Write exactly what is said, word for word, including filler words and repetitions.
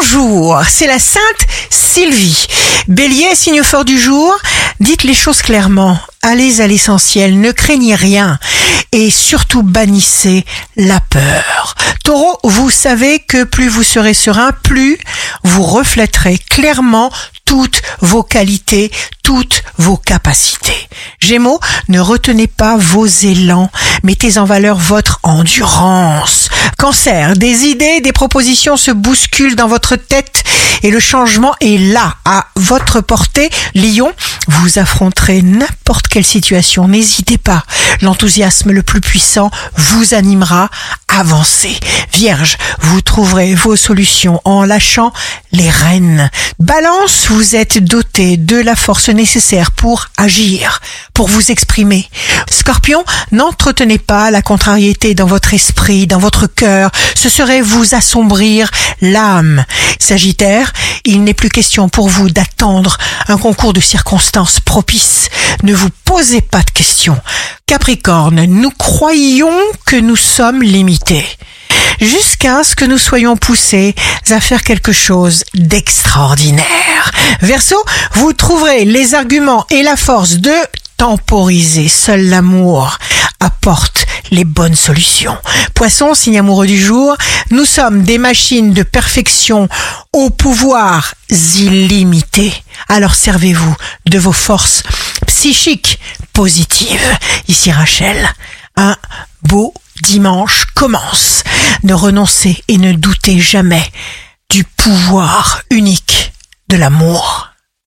Bonjour, c'est la Sainte Sylvie. Bélier, signe fort du jour, dites les choses clairement, allez à l'essentiel, ne craignez rien et surtout bannissez la peur. Taureau, vous savez que plus vous serez serein, plus vous reflèterez clairement toutes vos qualités, toutes vos capacités. Gémeaux, ne retenez pas vos élans, mettez en valeur votre endurance. Cancer, des idées, des propositions se bousculent dans votre tête et le changement est là, à votre portée. Lion, vous affronterez n'importe quelle situation, n'hésitez pas. L'enthousiasme le plus puissant vous animera, avancez. Vierge, vous trouverez vos solutions en lâchant les rênes. Balance, vous êtes doté de la force nécessaire pour agir, pour vous exprimer. Scorpion, n'entretenez pas la contrariété dans votre esprit, dans votre cœur, ce serait vous assombrir l'âme. Sagittaire, il n'est plus question pour vous d'attendre un concours de circonstances propices. Ne vous posez pas de questions. Capricorne, nous croyons que nous sommes limités, jusqu'à ce que nous soyons poussés à faire quelque chose d'extraordinaire. Verseau, vous trouverez les arguments et la force de temporiser. Seul l'amour apporte les bonnes solutions. Poisson, signe amoureux du jour, nous sommes des machines de perfection au pouvoir illimité. Alors servez-vous de vos forces psychiques positives. Ici Rachel, un beau dimanche commence. Ne renoncez et ne doutez jamais du pouvoir unique de l'amour.